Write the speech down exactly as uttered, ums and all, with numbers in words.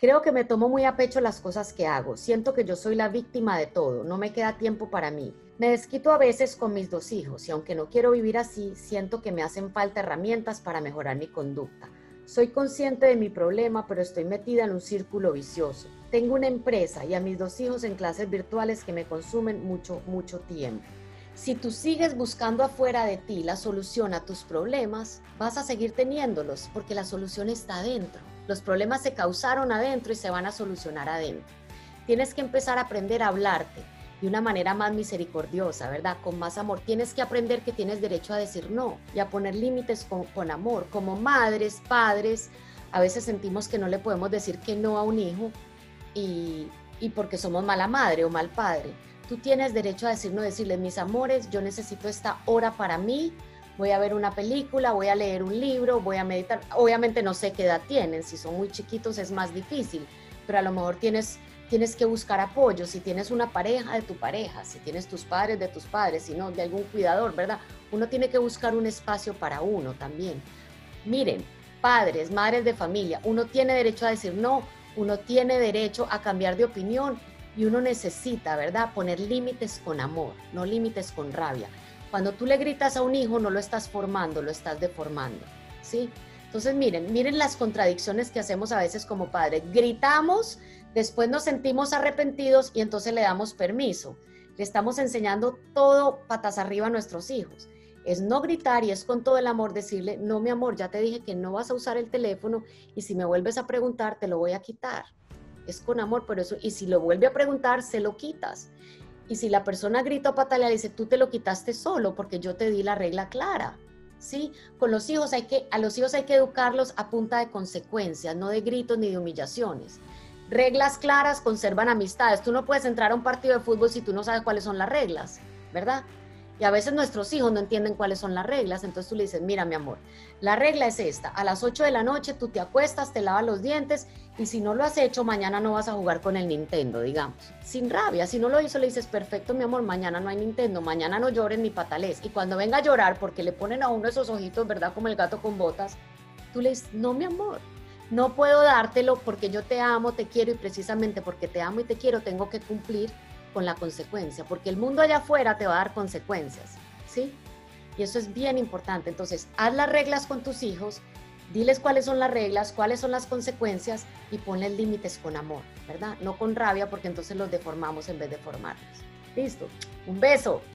Creo que me tomo muy a pecho las cosas que hago. Siento que yo soy la víctima de todo. No me queda tiempo para mí. Me desquito a veces con mis dos hijos y aunque no quiero vivir así, siento que me hacen falta herramientas para mejorar mi conducta. Soy consciente de mi problema, pero estoy metida en un círculo vicioso. Tengo una empresa y a mis dos hijos en clases virtuales que me consumen mucho, mucho tiempo. Si tú sigues buscando afuera de ti la solución a tus problemas, vas a seguir teniéndolos porque la solución está adentro. Los problemas se causaron adentro y se van a solucionar adentro. Tienes que empezar a aprender a hablarte de una manera más misericordiosa, ¿verdad? Con más amor. Tienes que aprender que tienes derecho a decir no y a poner límites con, con amor. Como madres, padres, a veces sentimos que no le podemos decir que no a un hijo y, y porque somos mala madre o mal padre. Tú tienes derecho a decir no, decirles, mis amores, yo necesito esta hora para mí, voy a ver una película, voy a leer un libro, voy a meditar. Obviamente no sé qué edad tienen, si son muy chiquitos es más difícil, pero a lo mejor tienes, tienes que buscar apoyo, si tienes una pareja, de tu pareja, si tienes tus padres, de tus padres, si no, de algún cuidador, ¿verdad? Uno tiene que buscar un espacio para uno también. Miren, padres, madres de familia, uno tiene derecho a decir no, uno tiene derecho a cambiar de opinión y uno necesita, ¿verdad?, poner límites con amor, no límites con rabia. Cuando tú le gritas a un hijo, no lo estás formando, lo estás deformando, ¿sí? Entonces, miren, miren las contradicciones que hacemos a veces como padres. Gritamos, después nos sentimos arrepentidos y entonces le damos permiso. Le estamos enseñando todo patas arriba a nuestros hijos. Es no gritar y es con todo el amor decirle, no, mi amor, ya te dije que no vas a usar el teléfono y si me vuelves a preguntar, te lo voy a quitar. Es con amor, pero eso, y si lo vuelve a preguntar, se lo quitas. Y si la persona grita o patalea, dice, tú te lo quitaste solo porque yo te di la regla clara, ¿sí? Con los hijos hay que, a los hijos hay que educarlos a punta de consecuencias, no de gritos ni de humillaciones. Reglas claras conservan amistades. Tú no puedes entrar a un partido de fútbol si tú no sabes cuáles son las reglas, ¿verdad? Y a veces nuestros hijos no entienden cuáles son las reglas, entonces tú le dices, mira mi amor, la regla es esta, a las ocho de la noche tú te acuestas, te lavas los dientes y si no lo has hecho, mañana no vas a jugar con el Nintendo, digamos. Sin rabia, si no lo hizo le dices, perfecto mi amor, mañana no hay Nintendo, mañana no llores ni patales. Y cuando venga a llorar, porque le ponen a uno esos ojitos, ¿verdad? Como el gato con botas, tú le dices, no mi amor, no puedo dártelo porque yo te amo, te quiero y precisamente porque te amo y te quiero tengo que cumplir con la consecuencia, porque el mundo allá afuera te va a dar consecuencias, ¿sí? Y eso es bien importante. Entonces, haz las reglas con tus hijos, diles cuáles son las reglas, cuáles son las consecuencias y ponles límites con amor, ¿verdad? No con rabia, porque entonces los deformamos en vez de formarlos. ¿Listo? Un beso.